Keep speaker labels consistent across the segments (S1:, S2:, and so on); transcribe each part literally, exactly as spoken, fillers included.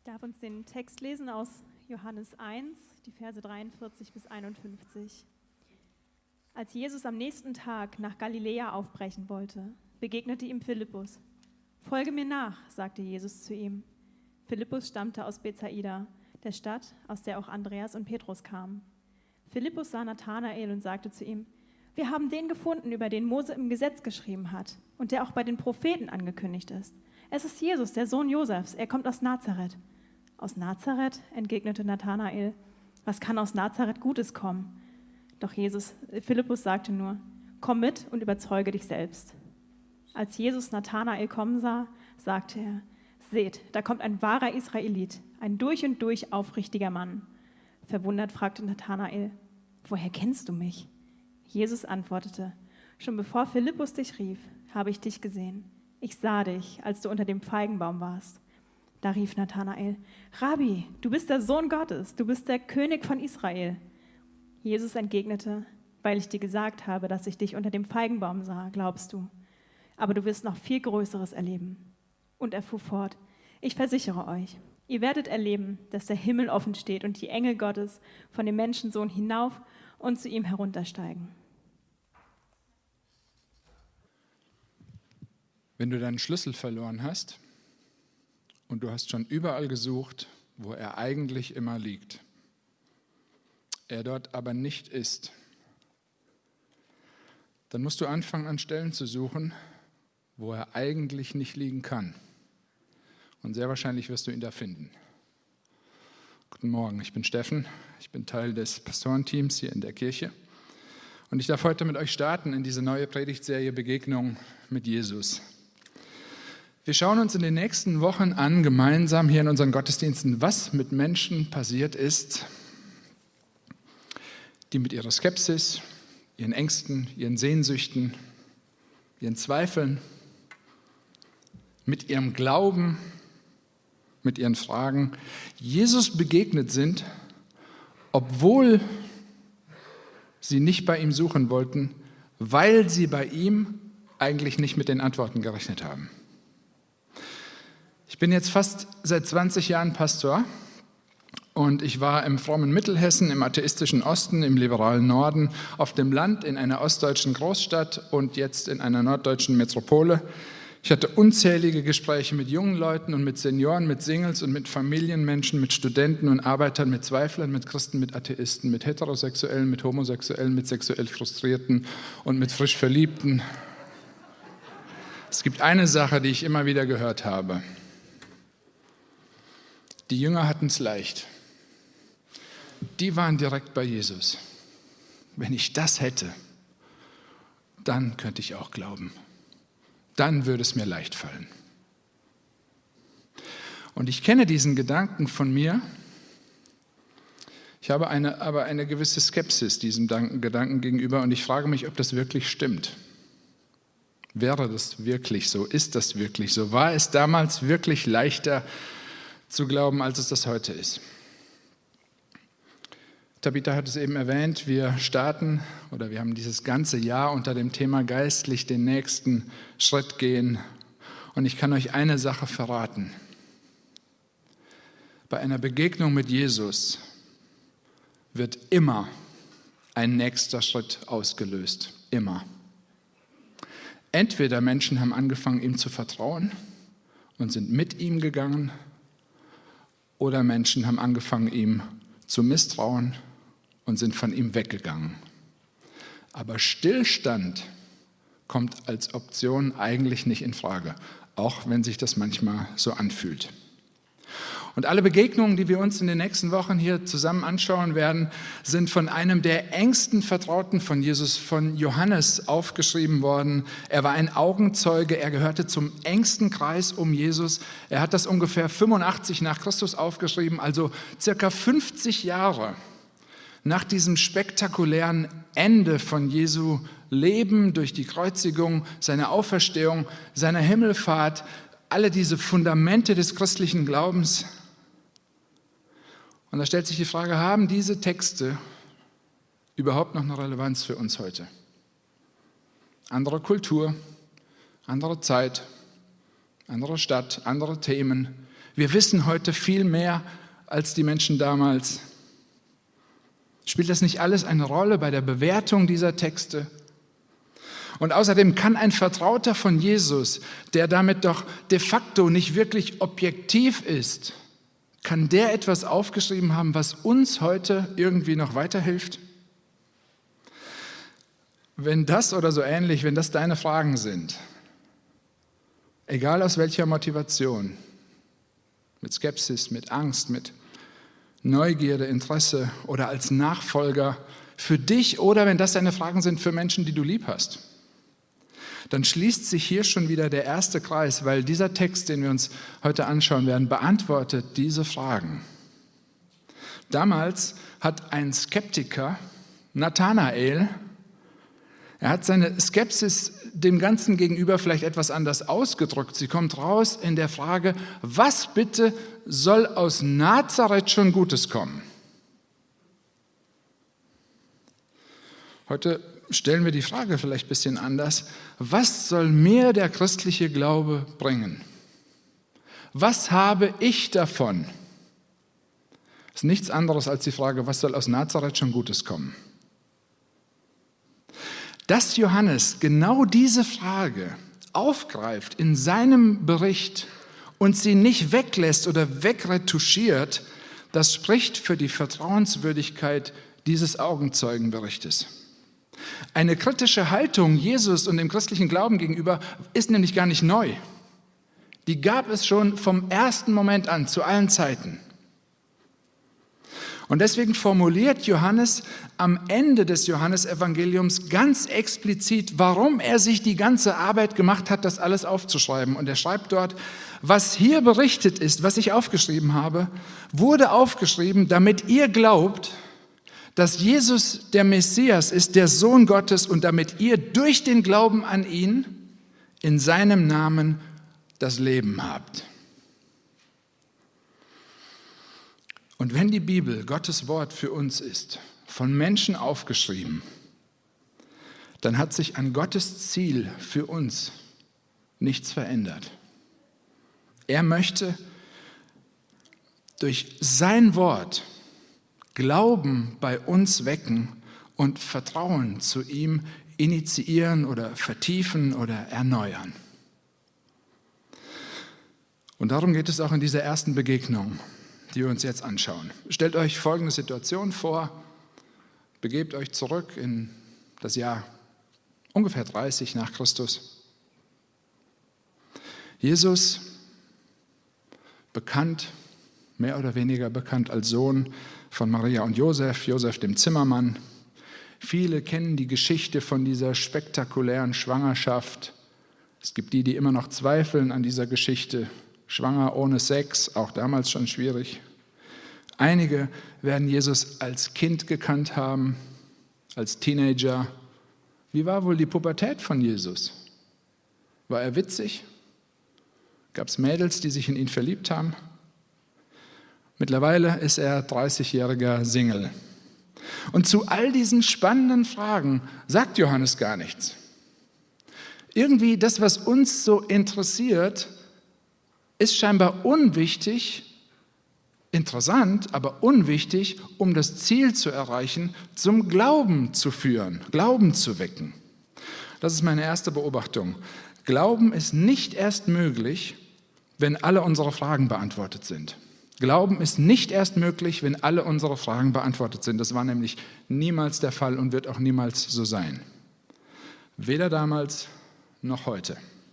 S1: darf uns den Text lesen aus Johannes eins, die Verse dreiundvierzig bis einundfünfzig. Als Jesus am nächsten Tag nach Galiläa aufbrechen wollte, begegnete ihm Philippus. »Folge mir nach«, sagte Jesus zu ihm. Philippus stammte aus Bethsaida, der Stadt, aus der auch Andreas und Petrus kamen. Philippus sah Nathanael und sagte zu ihm: »Wir haben den gefunden, über den Mose im Gesetz geschrieben hat und der auch bei den Propheten angekündigt ist. Es ist Jesus, der Sohn Josefs, er kommt aus Nazareth.« »Aus Nazareth?«, entgegnete Nathanael. »Was kann aus Nazareth Gutes kommen?« Doch Jesus, Philippus sagte nur: »Komm mit und überzeuge dich selbst.« Als Jesus Nathanael kommen sah, sagte er: »Seht, da kommt ein wahrer Israelit, ein durch und durch aufrichtiger Mann.« Verwundert fragte Nathanael: »Woher kennst du mich?« Jesus antwortete: »Schon bevor Philippus dich rief, habe ich dich gesehen. Ich sah dich, als du unter dem Feigenbaum warst.« Da rief Nathanael: »Rabbi, du bist der Sohn Gottes, du bist der König von Israel.« Jesus entgegnete: »Weil ich dir gesagt habe, dass ich dich unter dem Feigenbaum sah, glaubst du. Aber du wirst noch viel Größeres erleben.« Und er fuhr fort: »Ich versichere euch, ihr werdet erleben, dass der Himmel offen steht und die Engel Gottes von dem Menschensohn hinauf und zu ihm heruntersteigen.«
S2: Wenn du deinen Schlüssel verloren hast und du hast schon überall gesucht, wo er eigentlich immer liegt, er dort aber nicht ist, dann musst du anfangen, an Stellen zu suchen, wo er eigentlich nicht liegen kann. Und sehr wahrscheinlich wirst du ihn da finden. Guten Morgen, ich bin Steffen, ich bin Teil des Pastorenteams hier in der Kirche und ich darf heute mit euch starten in diese neue Predigtserie Begegnung mit Jesus. Wir schauen uns in den nächsten Wochen an, gemeinsam hier in unseren Gottesdiensten, was mit Menschen passiert ist, die mit ihrer Skepsis, ihren Ängsten, ihren Sehnsüchten, ihren Zweifeln, mit ihrem Glauben, mit ihren Fragen Jesus begegnet sind, obwohl sie nicht bei ihm suchen wollten, weil sie bei ihm eigentlich nicht mit den Antworten gerechnet haben. Ich bin jetzt fast seit zwanzig Jahren Pastor und ich war im frommen Mittelhessen, im atheistischen Osten, im liberalen Norden, auf dem Land, in einer ostdeutschen Großstadt und jetzt in einer norddeutschen Metropole. Ich hatte unzählige Gespräche mit jungen Leuten und mit Senioren, mit Singles und mit Familienmenschen, mit Studenten und Arbeitern, mit Zweiflern, mit Christen, mit Atheisten, mit Heterosexuellen, mit Homosexuellen, mit sexuell Frustrierten und mit frisch Verliebten. Es gibt eine Sache, die ich immer wieder gehört habe. Die Jünger hatten es leicht. Die waren direkt bei Jesus. Wenn ich das hätte, dann könnte ich auch glauben. Dann würde es mir leicht fallen. Und ich kenne diesen Gedanken von mir. Ich habe eine, aber eine gewisse Skepsis diesem Gedanken gegenüber und ich frage mich, ob das wirklich stimmt. Wäre das wirklich so? Ist das wirklich so? War es damals wirklich leichter zu glauben, als es das heute ist? Tabitha hat es eben erwähnt, wir starten oder wir haben dieses ganze Jahr unter dem Thema geistlich den nächsten Schritt gehen. Und ich kann euch eine Sache verraten. Bei einer Begegnung mit Jesus wird immer ein nächster Schritt ausgelöst. Immer. Entweder Menschen haben angefangen, ihm zu vertrauen und sind mit ihm gegangen, oder Menschen haben angefangen, ihm zu misstrauen und sind von ihm weggegangen. Aber Stillstand kommt als Option eigentlich nicht in Frage, auch wenn sich das manchmal so anfühlt. Und alle Begegnungen, die wir uns in den nächsten Wochen hier zusammen anschauen werden, sind von einem der engsten Vertrauten von Jesus, von Johannes, aufgeschrieben worden. Er war ein Augenzeuge, er gehörte zum engsten Kreis um Jesus. Er hat das ungefähr fünfundachtzig nach Christus aufgeschrieben, also circa fünfzig Jahre nach diesem spektakulären Ende von Jesu Leben durch die Kreuzigung, seine Auferstehung, seine Himmelfahrt, alle diese Fundamente des christlichen Glaubens. Und da stellt sich die Frage, haben diese Texte überhaupt noch eine Relevanz für uns heute? Andere Kultur, andere Zeit, andere Stadt, andere Themen. Wir wissen heute viel mehr als die Menschen damals. Spielt das nicht alles eine Rolle bei der Bewertung dieser Texte? Und außerdem kann ein Vertrauter von Jesus, der damit doch de facto nicht wirklich objektiv ist, kann der etwas aufgeschrieben haben, was uns heute irgendwie noch weiterhilft? Wenn das oder so ähnlich, wenn das deine Fragen sind, egal aus welcher Motivation, mit Skepsis, mit Angst, mit Neugierde, Interesse oder als Nachfolger für dich oder wenn das deine Fragen sind für Menschen, die du lieb hast, dann schließt sich hier schon wieder der erste Kreis, weil dieser Text, den wir uns heute anschauen werden, beantwortet diese Fragen. Damals hat ein Skeptiker, Nathanael, er hat seine Skepsis dem Ganzen gegenüber vielleicht etwas anders ausgedrückt. Sie kommt raus in der Frage, was bitte soll aus Nazareth schon Gutes kommen? Heute stellen wir die Frage vielleicht ein bisschen anders. Was soll mir der christliche Glaube bringen? Was habe ich davon? Das ist nichts anderes als die Frage, was soll aus Nazareth schon Gutes kommen? Dass Johannes genau diese Frage aufgreift in seinem Bericht und sie nicht weglässt oder wegretuschiert, das spricht für die Vertrauenswürdigkeit dieses Augenzeugenberichtes. Eine kritische Haltung Jesus und dem christlichen Glauben gegenüber ist nämlich gar nicht neu. Die gab es schon vom ersten Moment an, zu allen Zeiten. Und deswegen formuliert Johannes am Ende des Johannesevangeliums ganz explizit, warum er sich die ganze Arbeit gemacht hat, das alles aufzuschreiben. Und er schreibt dort, was hier berichtet ist, was ich aufgeschrieben habe, wurde aufgeschrieben, damit ihr glaubt, dass Jesus der Messias ist, der Sohn Gottes, und damit ihr durch den Glauben an ihn in seinem Namen das Leben habt. Und wenn die Bibel Gottes Wort für uns ist, von Menschen aufgeschrieben, dann hat sich an Gottes Ziel für uns nichts verändert. Er möchte durch sein Wort Glauben bei uns wecken und Vertrauen zu ihm initiieren oder vertiefen oder erneuern. Und darum geht es auch in dieser ersten Begegnung, die wir uns jetzt anschauen. Stellt euch folgende Situation vor. Begebt euch zurück in das Jahr ungefähr dreißig nach Christus. Jesus, bekannt, mehr oder weniger bekannt als Sohn von Maria und Josef, Josef dem Zimmermann. Viele kennen die Geschichte von dieser spektakulären Schwangerschaft. Es gibt die, die immer noch zweifeln an dieser Geschichte. Schwanger ohne Sex, auch damals schon schwierig. Einige werden Jesus als Kind gekannt haben, als Teenager. Wie war wohl die Pubertät von Jesus? War er witzig? Gab es Mädels, die sich in ihn verliebt haben? Mittlerweile ist er dreißigjähriger Single. Und zu all diesen spannenden Fragen sagt Johannes gar nichts. Irgendwie das, was uns so interessiert, ist scheinbar unwichtig, interessant, aber unwichtig, um das Ziel zu erreichen, zum Glauben zu führen, Glauben zu wecken. Das ist meine erste Beobachtung. Glauben ist nicht erst möglich, wenn alle unsere Fragen beantwortet sind. Glauben ist nicht erst möglich, wenn alle unsere Fragen beantwortet sind. Das war nämlich niemals der Fall und wird auch niemals so sein. Weder damals noch heute.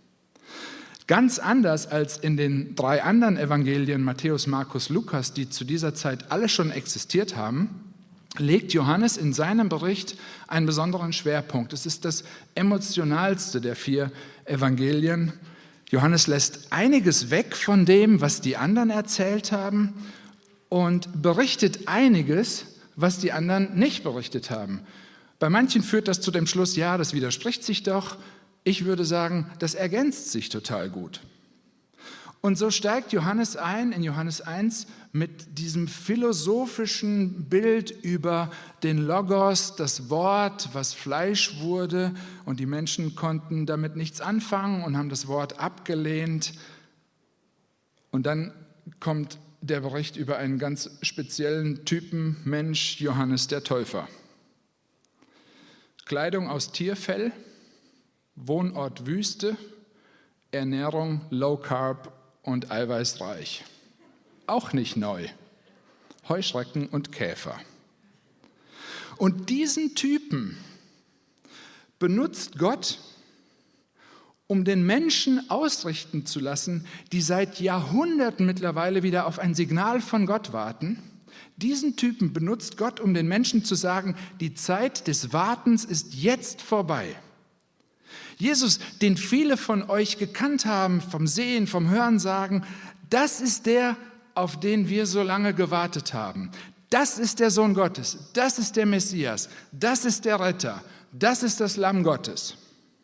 S2: Ganz anders als in den drei anderen Evangelien, Matthäus, Markus, Lukas, die zu dieser Zeit alle schon existiert haben, legt Johannes in seinem Bericht einen besonderen Schwerpunkt. Es ist das emotionalste der vier Evangelien. Johannes lässt einiges weg von dem, was die anderen erzählt haben, und berichtet einiges, was die anderen nicht berichtet haben. Bei manchen führt das zu dem Schluss, ja, das widerspricht sich doch. Ich würde sagen, das ergänzt sich total gut. Und so steigt Johannes ein, in Johannes eins, mit diesem philosophischen Bild über den Logos, das Wort, was Fleisch wurde, und die Menschen konnten damit nichts anfangen und haben das Wort abgelehnt. Und dann kommt der Bericht über einen ganz speziellen Typen Mensch, Johannes der Täufer. Kleidung aus Tierfell, Wohnort Wüste, Ernährung Low Carb und eiweißreich. Auch nicht neu. Heuschrecken und Käfer. Und diesen Typen benutzt Gott, um den Menschen ausrichten zu lassen, die seit Jahrhunderten mittlerweile wieder auf ein Signal von Gott warten. Diesen Typen benutzt Gott, um den Menschen zu sagen, die Zeit des Wartens ist jetzt vorbei. Jesus, den viele von euch gekannt haben, vom Sehen, vom Hören sagen, das ist der, auf den wir so lange gewartet haben. Das ist der Sohn Gottes, das ist der Messias, das ist der Retter, das ist das Lamm Gottes.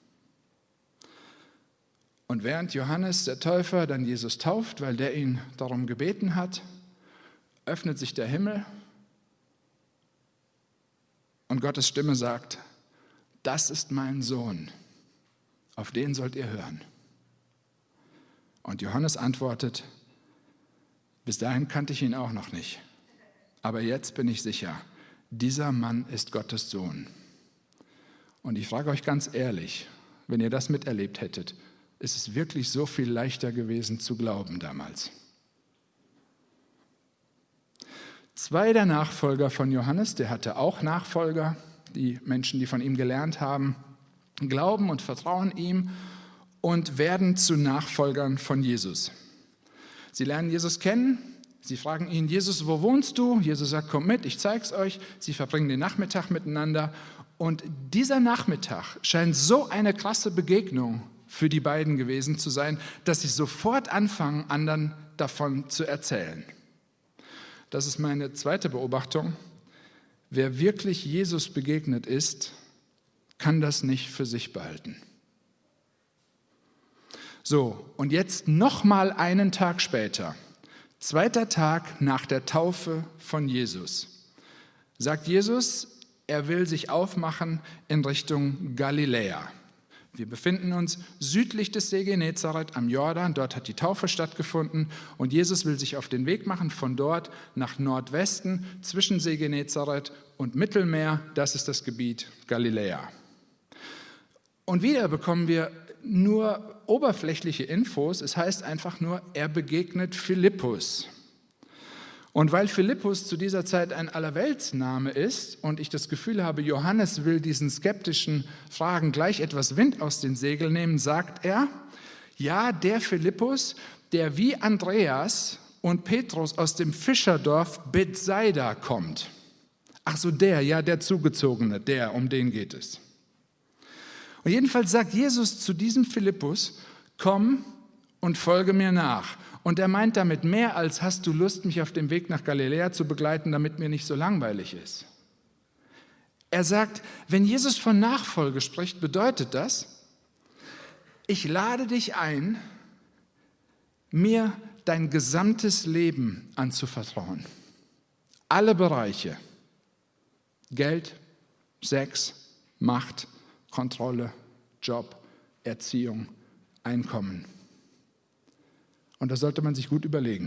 S2: Und während Johannes der Täufer dann Jesus tauft, weil der ihn darum gebeten hat, öffnet sich der Himmel und Gottes Stimme sagt, das ist mein Sohn, auf den sollt ihr hören. Und Johannes antwortet, bis dahin kannte ich ihn auch noch nicht, aber jetzt bin ich sicher, dieser Mann ist Gottes Sohn. Und ich frage euch ganz ehrlich, wenn ihr das miterlebt hättet, ist es wirklich so viel leichter gewesen zu glauben damals. Zwei der Nachfolger von Johannes, der hatte auch Nachfolger, die Menschen, die von ihm gelernt haben, glauben und vertrauen ihm und werden zu Nachfolgern von Jesus. Sie lernen Jesus kennen, sie fragen ihn, Jesus, wo wohnst du? Jesus sagt, komm mit, ich zeig's euch. Sie verbringen den Nachmittag miteinander und dieser Nachmittag scheint so eine krasse Begegnung für die beiden gewesen zu sein, dass sie sofort anfangen, anderen davon zu erzählen. Das ist meine zweite Beobachtung. Wer wirklich Jesus begegnet ist, kann das nicht für sich behalten. So, und jetzt nochmal einen Tag später, zweiter Tag nach der Taufe von Jesus, sagt Jesus, er will sich aufmachen in Richtung Galiläa. Wir befinden uns südlich des See Genezareth am Jordan, dort hat die Taufe stattgefunden und Jesus will sich auf den Weg machen von dort nach Nordwesten zwischen See Genezareth und Mittelmeer, das ist das Gebiet Galiläa. Und wieder bekommen wir nur oberflächliche Infos, es heißt einfach nur, er begegnet Philippus. Und weil Philippus zu dieser Zeit ein Allerweltsname ist und ich das Gefühl habe, Johannes will diesen skeptischen Fragen gleich etwas Wind aus den Segeln nehmen, sagt er, ja, der Philippus, der wie Andreas und Petrus aus dem Fischerdorf Bethsaida kommt. Ach so, der, ja, der Zugezogene, der, um den geht es. Und jedenfalls sagt Jesus zu diesem Philippus, komm und folge mir nach. Und er meint damit mehr als, hast du Lust, mich auf dem Weg nach Galiläa zu begleiten, damit mir nicht so langweilig ist. Er sagt, wenn Jesus von Nachfolge spricht, bedeutet das, ich lade dich ein, mir dein gesamtes Leben anzuvertrauen. Alle Bereiche, Geld, Sex, Macht, Kontrolle, Job, Erziehung, Einkommen. Und das sollte man sich gut überlegen.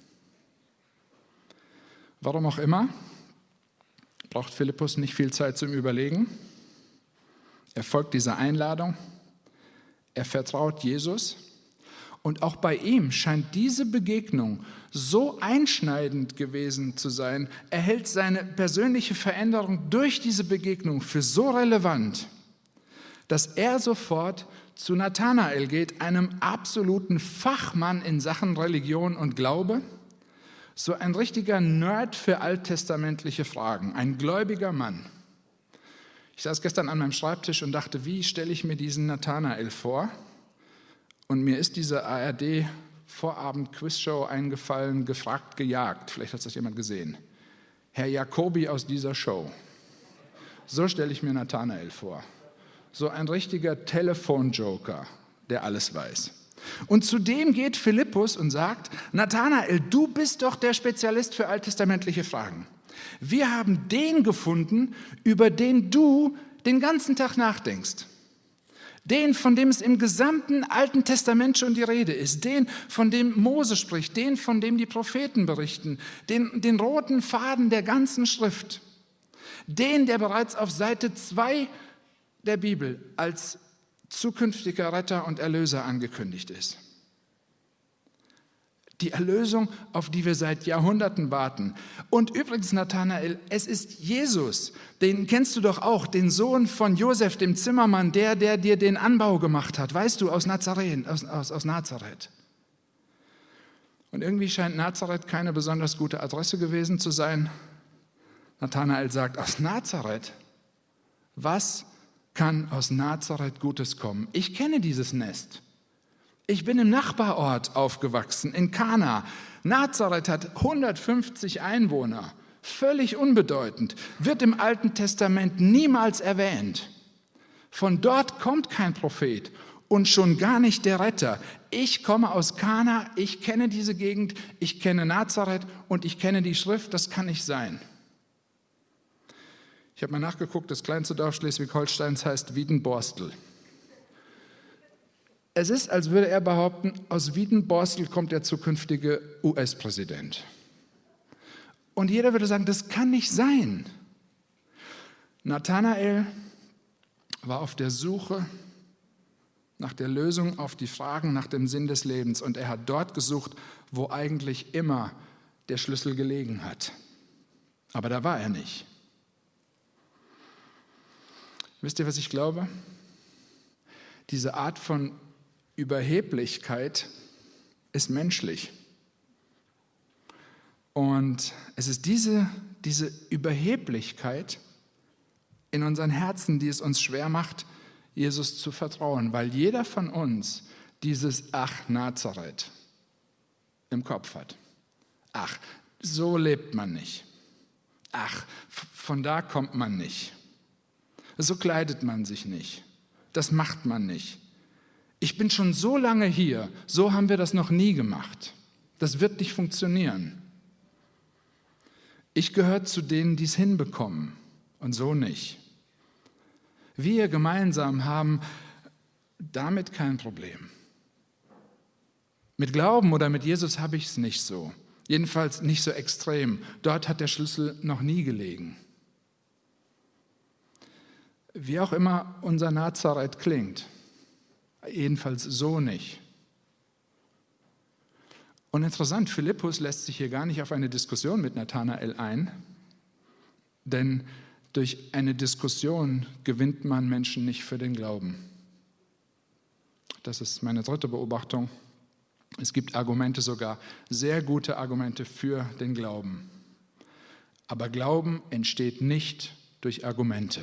S2: Warum auch immer, braucht Philippus nicht viel Zeit zum Überlegen. Er folgt dieser Einladung, er vertraut Jesus und auch bei ihm scheint diese Begegnung so einschneidend gewesen zu sein. Er hält seine persönliche Veränderung durch diese Begegnung für so relevant, dass er sofort zu Nathanael geht, einem absoluten Fachmann in Sachen Religion und Glaube, so ein richtiger Nerd für alttestamentliche Fragen, ein gläubiger Mann. Ich saß gestern an meinem Schreibtisch und dachte, wie stelle ich mir diesen Nathanael vor? Und mir ist diese A R D-Vorabend-Quizshow eingefallen, gefragt, gejagt. Vielleicht hat das jemand gesehen. Herr Jacobi aus dieser Show. So stelle ich mir Nathanael vor. So ein richtiger Telefonjoker, der alles weiß. Und zudem geht Philippus und sagt, Nathanael, du bist doch der Spezialist für alttestamentliche Fragen. Wir haben den gefunden, über den du den ganzen Tag nachdenkst. Den, von dem es im gesamten Alten Testament schon die Rede ist, den, von dem Mose spricht, den, von dem die Propheten berichten, den, den roten Faden der ganzen Schrift, den, der bereits auf Seite zwei der Bibel als zukünftiger Retter und Erlöser angekündigt ist. Die Erlösung, auf die wir seit Jahrhunderten warten. Und übrigens, Nathanael, es ist Jesus, den kennst du doch auch, den Sohn von Josef, dem Zimmermann, der, der dir den Anbau gemacht hat, weißt du, aus Nazareth, aus, aus, aus Nazareth. Und irgendwie scheint Nazareth keine besonders gute Adresse gewesen zu sein. Nathanael sagt, aus Nazareth? Was kann aus Nazareth Gutes kommen? Ich kenne dieses Nest. Ich bin im Nachbarort aufgewachsen, in Kana. Nazareth hat hundertfünfzig Einwohner, völlig unbedeutend, wird im Alten Testament niemals erwähnt. Von dort kommt kein Prophet und schon gar nicht der Retter. Ich komme aus Kana, ich kenne diese Gegend, ich kenne Nazareth und ich kenne die Schrift, das kann nicht sein. Ich habe mal nachgeguckt, das kleinste Dorf Schleswig-Holsteins heißt Wiedenborstel. Es ist, als würde er behaupten, aus Wiedenborstel kommt der zukünftige U S-Präsident. Und jeder würde sagen, das kann nicht sein. Nathanael war auf der Suche nach der Lösung auf die Fragen nach dem Sinn des Lebens. Und er hat dort gesucht, wo eigentlich immer der Schlüssel gelegen hat. Aber da war er nicht. Wisst ihr, was ich glaube? Diese Art von Überheblichkeit ist menschlich. Und es ist diese, diese Überheblichkeit in unseren Herzen, die es uns schwer macht, Jesus zu vertrauen, weil jeder von uns dieses Ach Nazareth im Kopf hat. Ach, so lebt man nicht. Ach, von da kommt man nicht. So kleidet man sich nicht. Das macht man nicht. Ich bin schon so lange hier, so haben wir das noch nie gemacht. Das wird nicht funktionieren. Ich gehöre zu denen, die es hinbekommen und so nicht. Wir gemeinsam haben damit kein Problem. Mit Glauben oder mit Jesus habe ich es nicht so. Jedenfalls nicht so extrem. Dort hat der Schlüssel noch nie gelegen. Wie auch immer unser Nazareth klingt. Jedenfalls so nicht. Und interessant, Philippus lässt sich hier gar nicht auf eine Diskussion mit Nathanael ein, denn durch eine Diskussion gewinnt man Menschen nicht für den Glauben. Das ist meine dritte Beobachtung. Es gibt Argumente, sogar sehr gute Argumente für den Glauben. Aber Glauben entsteht nicht durch Argumente.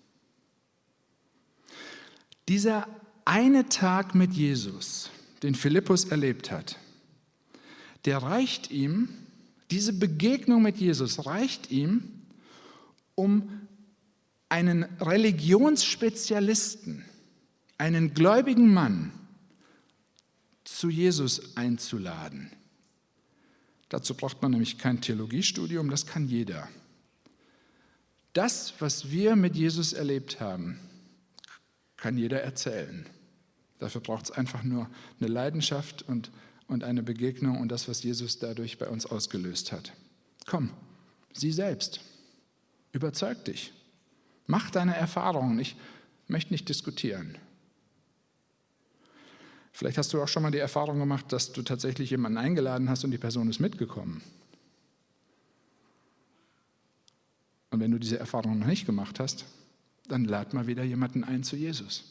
S2: Dieser eine Tag mit Jesus, den Philippus erlebt hat, der reicht ihm, diese Begegnung mit Jesus reicht ihm, um einen Religionsspezialisten, einen gläubigen Mann zu Jesus einzuladen. Dazu braucht man nämlich kein Theologiestudium, das kann jeder. Das, was wir mit Jesus erlebt haben, kann jeder erzählen. Dafür braucht es einfach nur eine Leidenschaft und, und eine Begegnung und das, was Jesus dadurch bei uns ausgelöst hat. Komm, sieh selbst. Überzeug dich. Mach deine Erfahrungen. Ich möchte nicht diskutieren. Vielleicht hast du auch schon mal die Erfahrung gemacht, dass du tatsächlich jemanden eingeladen hast und die Person ist mitgekommen. Und wenn du diese Erfahrung noch nicht gemacht hast, dann lad mal wieder jemanden ein zu Jesus.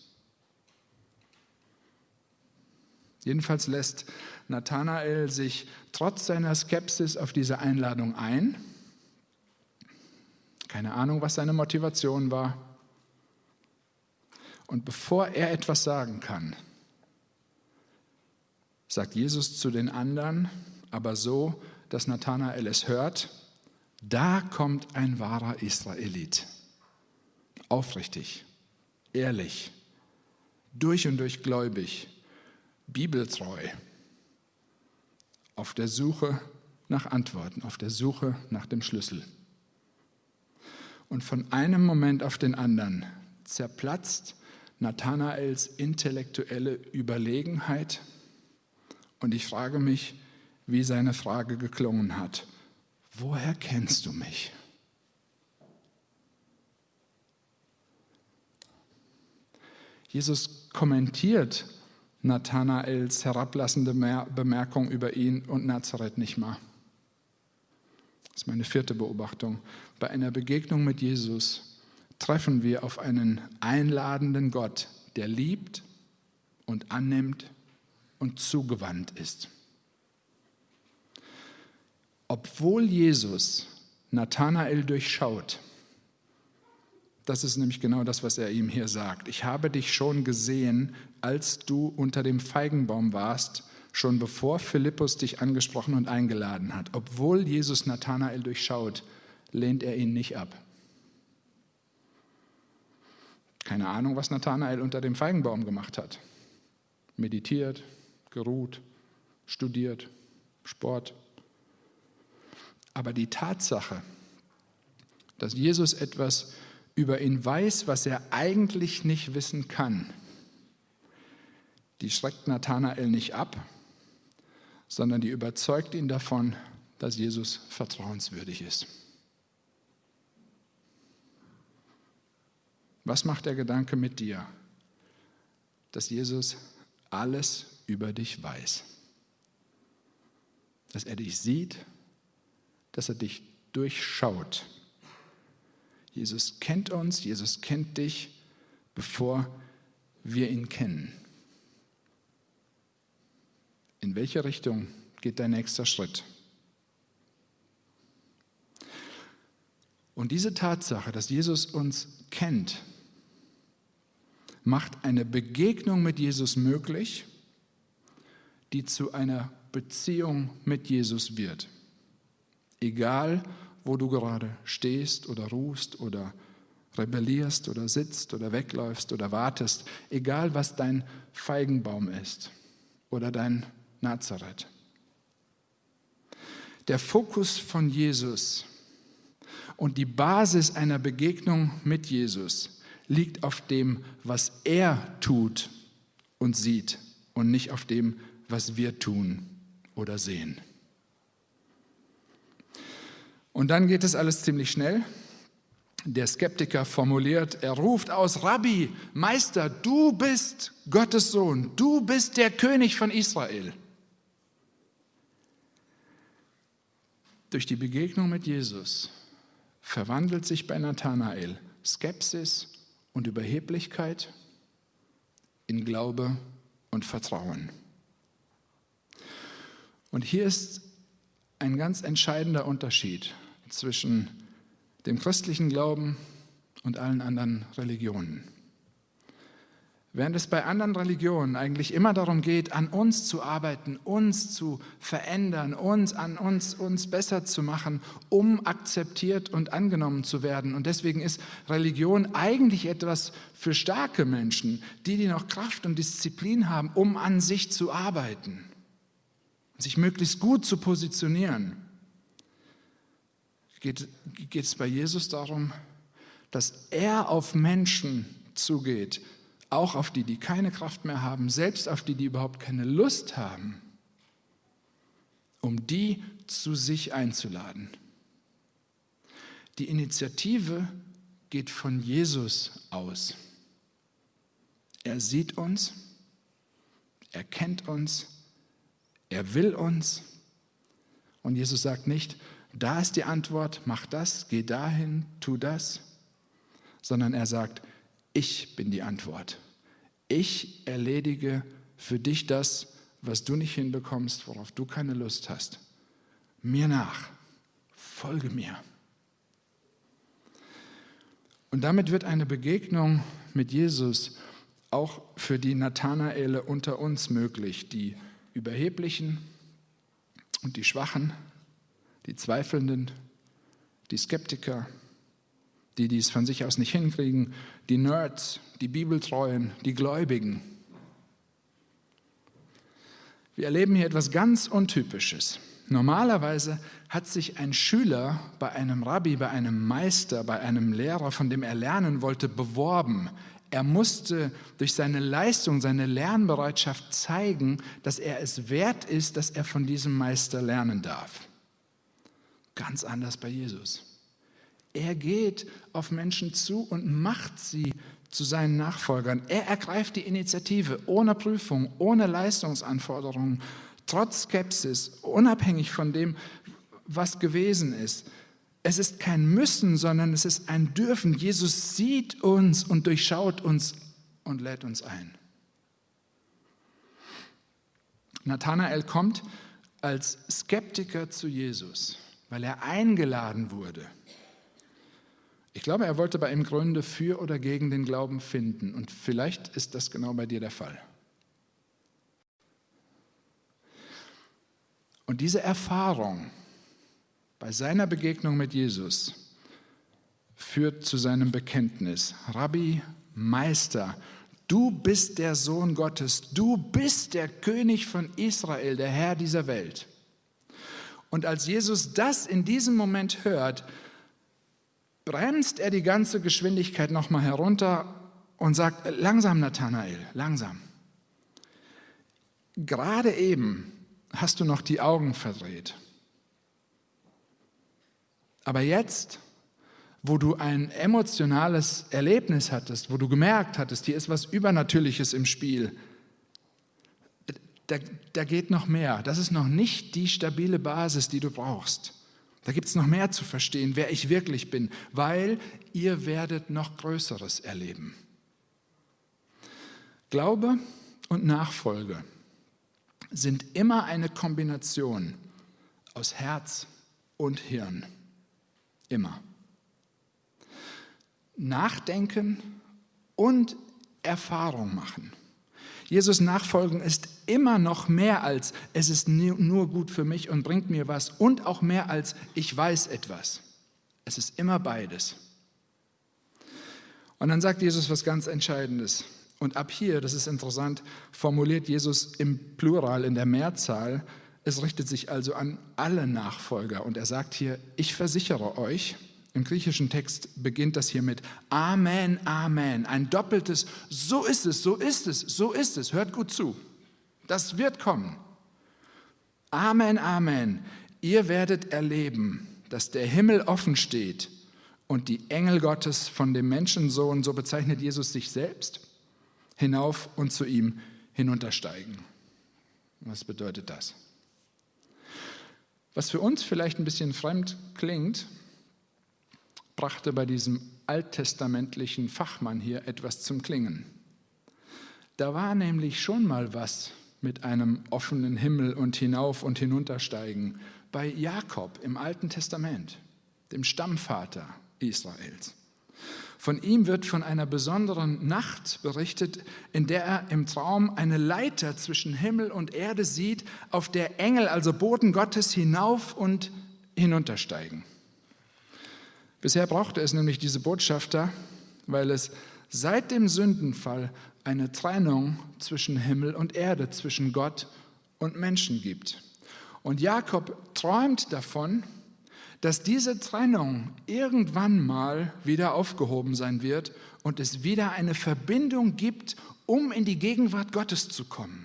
S2: Jedenfalls lässt Nathanael sich trotz seiner Skepsis auf diese Einladung ein. Keine Ahnung, was seine Motivation war. Und bevor er etwas sagen kann, sagt Jesus zu den anderen, aber so, dass Nathanael es hört, da kommt ein wahrer Israelit. Aufrichtig, ehrlich, durch und durch gläubig, bibeltreu, auf der Suche nach Antworten, auf der Suche nach dem Schlüssel. Und von einem Moment auf den anderen zerplatzt Nathanaels intellektuelle Überlegenheit und ich frage mich, wie seine Frage geklungen hat. Woher kennst du mich? Jesus kommentiert Nathanaels herablassende Bemerkung über ihn und Nazareth nicht mal. Das ist meine vierte Beobachtung. Bei einer Begegnung mit Jesus treffen wir auf einen einladenden Gott, der liebt und annimmt und zugewandt ist. Obwohl Jesus Nathanael durchschaut, das ist nämlich genau das, was er ihm hier sagt. Ich habe dich schon gesehen, als du unter dem Feigenbaum warst, schon bevor Philippus dich angesprochen und eingeladen hat. Obwohl Jesus Nathanael durchschaut, lehnt er ihn nicht ab. Keine Ahnung, was Nathanael unter dem Feigenbaum gemacht hat. Meditiert, geruht, studiert, Sport. Aber die Tatsache, dass Jesus etwas über ihn weiß, was er eigentlich nicht wissen kann, die schreckt Nathanael nicht ab, sondern die überzeugt ihn davon, dass Jesus vertrauenswürdig ist. Was macht der Gedanke mit dir, dass Jesus alles über dich weiß? Dass er dich sieht, dass er dich durchschaut. Jesus kennt uns, Jesus kennt dich, bevor wir ihn kennen. In welche Richtung geht dein nächster Schritt? Und diese Tatsache, dass Jesus uns kennt, macht eine Begegnung mit Jesus möglich, die zu einer Beziehung mit Jesus wird. Egal, wo du gerade stehst oder ruhst oder rebellierst oder sitzt oder wegläufst oder wartest, egal, was dein Feigenbaum ist oder dein Nazareth. Der Fokus von Jesus und die Basis einer Begegnung mit Jesus liegt auf dem, was er tut und sieht und nicht auf dem, was wir tun oder sehen. Und dann geht es alles ziemlich schnell. Der Skeptiker formuliert, er ruft aus, Rabbi, Meister, du bist Gottes Sohn, du bist der König von Israel. Durch die Begegnung mit Jesus verwandelt sich bei Nathanael Skepsis und Überheblichkeit in Glaube und Vertrauen. Und hier ist ein ganz entscheidender Unterschied zwischen dem christlichen Glauben und allen anderen Religionen. Während es bei anderen Religionen eigentlich immer darum geht, an uns zu arbeiten, uns zu verändern, uns an uns, uns besser zu machen, um akzeptiert und angenommen zu werden. Und deswegen ist Religion eigentlich etwas für starke Menschen, die, die noch Kraft und Disziplin haben, um an sich zu arbeiten, sich möglichst gut zu positionieren. Geht, geht es bei Jesus darum, dass er auf Menschen zugeht, auch auf die, die keine Kraft mehr haben, selbst auf die, die überhaupt keine Lust haben, um die zu sich einzuladen. Die Initiative geht von Jesus aus. Er sieht uns, er kennt uns, er will uns. Und Jesus sagt nicht, da ist die Antwort, mach das, geh dahin, tu das, sondern er sagt, ich bin die Antwort. Ich erledige für dich das, was du nicht hinbekommst, worauf du keine Lust hast. Mir nach, folge mir. Und damit wird eine Begegnung mit Jesus auch für die Nathanaele unter uns möglich, die Überheblichen und die Schwachen, die Zweifelnden, die Skeptiker, die, die es von sich aus nicht hinkriegen, die Nerds, die Bibeltreuen, die Gläubigen. Wir erleben hier etwas ganz Untypisches. Normalerweise hat sich ein Schüler bei einem Rabbi, bei einem Meister, bei einem Lehrer, von dem er lernen wollte, beworben. Er musste durch seine Leistung, seine Lernbereitschaft zeigen, dass er es wert ist, dass er von diesem Meister lernen darf. Ganz anders bei Jesus. Er geht auf Menschen zu und macht sie zu seinen Nachfolgern. Er ergreift die Initiative ohne Prüfung, ohne Leistungsanforderungen, trotz Skepsis, unabhängig von dem, was gewesen ist. Es ist kein Müssen, sondern es ist ein Dürfen. Jesus sieht uns und durchschaut uns und lädt uns ein. Nathanael kommt als Skeptiker zu Jesus, weil er eingeladen wurde. Ich glaube, er wollte bei ihm Gründe für oder gegen den Glauben finden. Und vielleicht ist das genau bei dir der Fall. Und diese Erfahrung bei seiner Begegnung mit Jesus führt zu seinem Bekenntnis. Rabbi, Meister, du bist der Sohn Gottes, du bist der König von Israel, der Herr dieser Welt. Und als Jesus das in diesem Moment hört, bremst er die ganze Geschwindigkeit nochmal herunter und sagt, langsam Nathanael, langsam. Gerade eben hast du noch die Augen verdreht. Aber jetzt, wo du ein emotionales Erlebnis hattest, wo du gemerkt hattest, hier ist was Übernatürliches im Spiel, da, da geht noch mehr. Das ist noch nicht die stabile Basis, die du brauchst. Da gibt es noch mehr zu verstehen, wer ich wirklich bin, weil ihr werdet noch Größeres erleben. Glaube und Nachfolge sind immer eine Kombination aus Herz und Hirn. Immer. Nachdenken und Erfahrung machen. Jesus nachfolgen ist immer noch mehr als, es ist nur gut für mich und bringt mir was und auch mehr als, ich weiß etwas. Es ist immer beides. Und dann sagt Jesus was ganz Entscheidendes. Und ab hier, das ist interessant, formuliert Jesus im Plural, in der Mehrzahl. Es richtet sich also an alle Nachfolger. Und er sagt hier, ich versichere euch, im griechischen Text beginnt das hier mit Amen, Amen. Ein doppeltes, so ist es, so ist es, so ist es. Hört gut zu. Das wird kommen. Amen, Amen. Ihr werdet erleben, dass der Himmel offen steht und die Engel Gottes von dem Menschensohn, so bezeichnet Jesus sich selbst, hinauf und zu ihm hinuntersteigen. Was bedeutet das? Was für uns vielleicht ein bisschen fremd klingt, brachte bei diesem alttestamentlichen Fachmann hier etwas zum Klingen. Da war nämlich schon mal was mit einem offenen Himmel und hinauf und hinuntersteigen bei Jakob im Alten Testament, dem Stammvater Israels. Von ihm wird von einer besonderen Nacht berichtet, in der er im Traum eine Leiter zwischen Himmel und Erde sieht, auf der Engel, also Boten Gottes, hinauf und hinuntersteigen. Bisher brauchte es nämlich diese Botschafter, weil es seit dem Sündenfall eine Trennung zwischen Himmel und Erde, zwischen Gott und Menschen gibt. Und Jakob träumt davon, dass diese Trennung irgendwann mal wieder aufgehoben sein wird und es wieder eine Verbindung gibt, um in die Gegenwart Gottes zu kommen.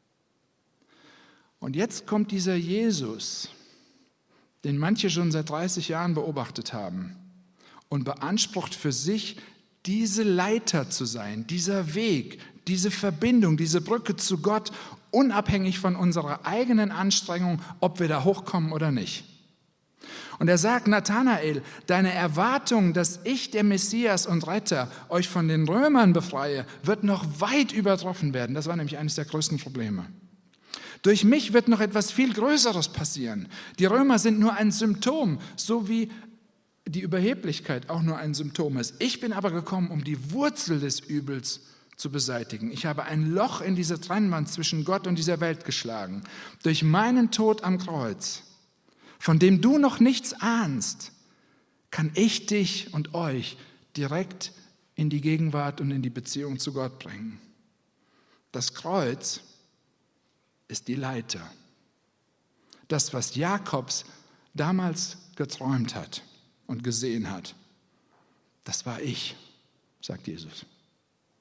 S2: Und jetzt kommt dieser Jesus, den manche schon seit dreißig Jahren beobachtet haben und beansprucht für sich, diese Leiter zu sein, dieser Weg, diese Verbindung, diese Brücke zu Gott, unabhängig von unserer eigenen Anstrengung, ob wir da hochkommen oder nicht. Und er sagt, Nathanael, deine Erwartung, dass ich, der Messias und Retter, euch von den Römern befreie, wird noch weit übertroffen werden. Das war nämlich eines der größten Probleme. Durch mich wird noch etwas viel Größeres passieren. Die Römer sind nur ein Symptom, so wie die Überheblichkeit auch nur ein Symptom ist. Ich bin aber gekommen, um die Wurzel des Übels zu beseitigen. Ich habe ein Loch in diese Trennwand zwischen Gott und dieser Welt geschlagen. Durch meinen Tod am Kreuz, von dem du noch nichts ahnst, kann ich dich und euch direkt in die Gegenwart und in die Beziehung zu Gott bringen. Das Kreuz ist die Leiter. Das, was Jakobs damals geträumt hat und gesehen hat, das war ich, sagt Jesus.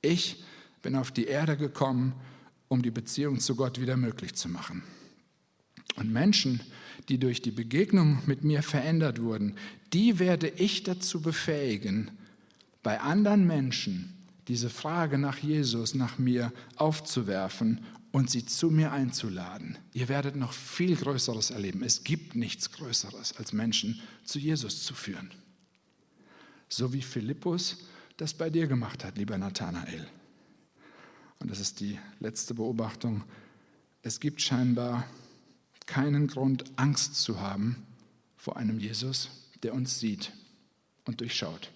S2: Ich bin auf die Erde gekommen, um die Beziehung zu Gott wieder möglich zu machen. Und Menschen, die durch die Begegnung mit mir verändert wurden, die werde ich dazu befähigen, bei anderen Menschen diese Frage nach Jesus, nach mir aufzuwerfen und sie zu mir einzuladen. Ihr werdet noch viel Größeres erleben. Es gibt nichts Größeres, als Menschen zu Jesus zu führen. So wie Philippus das bei dir gemacht hat, lieber Nathanael. Und das ist die letzte Beobachtung. Es gibt scheinbar keinen Grund, Angst zu haben vor einem Jesus, der uns sieht und durchschaut.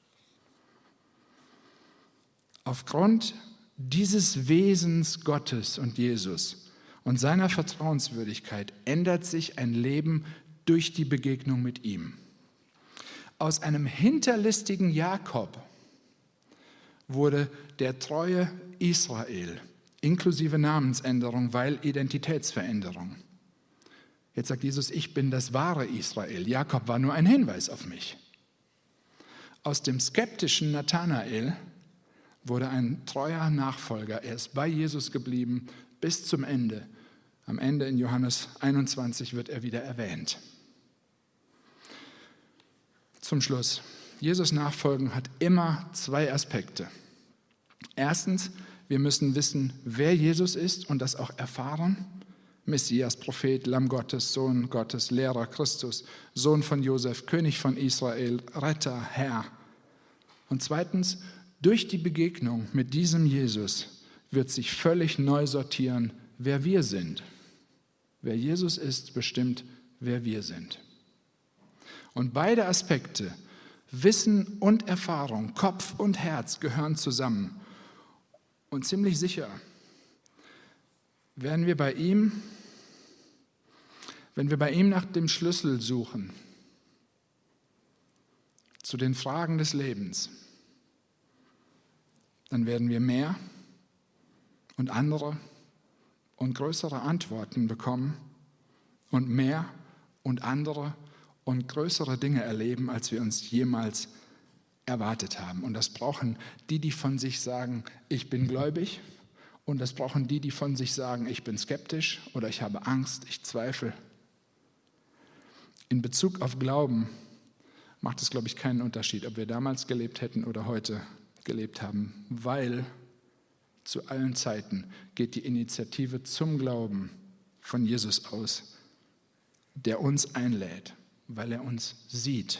S2: Aufgrund dieses Wesens Gottes und Jesus und seiner Vertrauenswürdigkeit ändert sich ein Leben durch die Begegnung mit ihm. Aus einem hinterlistigen Jakob wurde der treue Israel, inklusive Namensänderung, weil Identitätsveränderung. Jetzt sagt Jesus, ich bin das wahre Israel. Jakob war nur ein Hinweis auf mich. Aus dem skeptischen Nathanael wurde ein treuer Nachfolger. Er ist bei Jesus geblieben bis zum Ende. Am Ende in Johannes einundzwanzig wird er wieder erwähnt. Zum Schluss. Jesus nachfolgen hat immer zwei Aspekte. Erstens, wir müssen wissen, wer Jesus ist und das auch erfahren. Messias, Prophet, Lamm Gottes, Sohn Gottes, Lehrer, Christus, Sohn von Josef, König von Israel, Retter, Herr. Und zweitens, durch die Begegnung mit diesem Jesus wird sich völlig neu sortieren, wer wir sind. Wer Jesus ist, bestimmt, wer wir sind. Und beide Aspekte, Wissen und Erfahrung, Kopf und Herz, gehören zusammen. Und ziemlich sicher werden wir bei ihm, wenn wir bei ihm nach dem Schlüssel suchen zu den Fragen des Lebens, dann werden wir mehr und andere und größere Antworten bekommen und mehr und andere und größere Dinge erleben, als wir uns jemals erwartet haben. Und das brauchen die, die von sich sagen, ich bin gläubig, und das brauchen die, die von sich sagen, ich bin skeptisch oder ich habe Angst, ich zweifle. In Bezug auf Glauben macht es, glaube ich, keinen Unterschied, ob wir damals gelebt hätten oder heute gelebt haben, weil zu allen Zeiten geht die Initiative zum Glauben von Jesus aus, der uns einlädt, weil er uns sieht.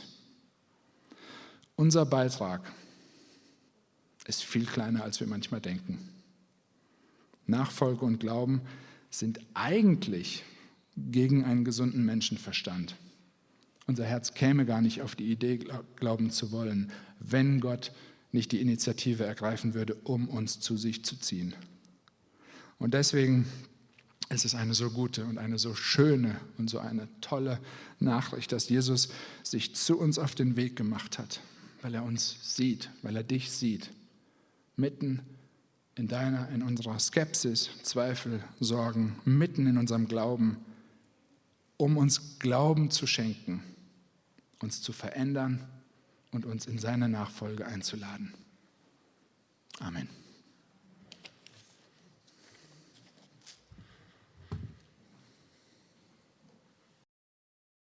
S2: Unser Beitrag ist viel kleiner, als wir manchmal denken. Nachfolge und Glauben sind eigentlich gegen einen gesunden Menschenverstand. Unser Herz käme gar nicht auf die Idee, glauben zu wollen, wenn Gott nicht die Initiative ergreifen würde, um uns zu sich zu ziehen. Und deswegen ist es eine so gute und eine so schöne und so eine tolle Nachricht, dass Jesus sich zu uns auf den Weg gemacht hat, weil er uns sieht, weil er dich sieht, mitten in deiner, in unserer Skepsis, Zweifel, Sorgen, mitten in unserem Glauben, um uns Glauben zu schenken, uns zu verändern und uns in seine Nachfolge einzuladen. Amen.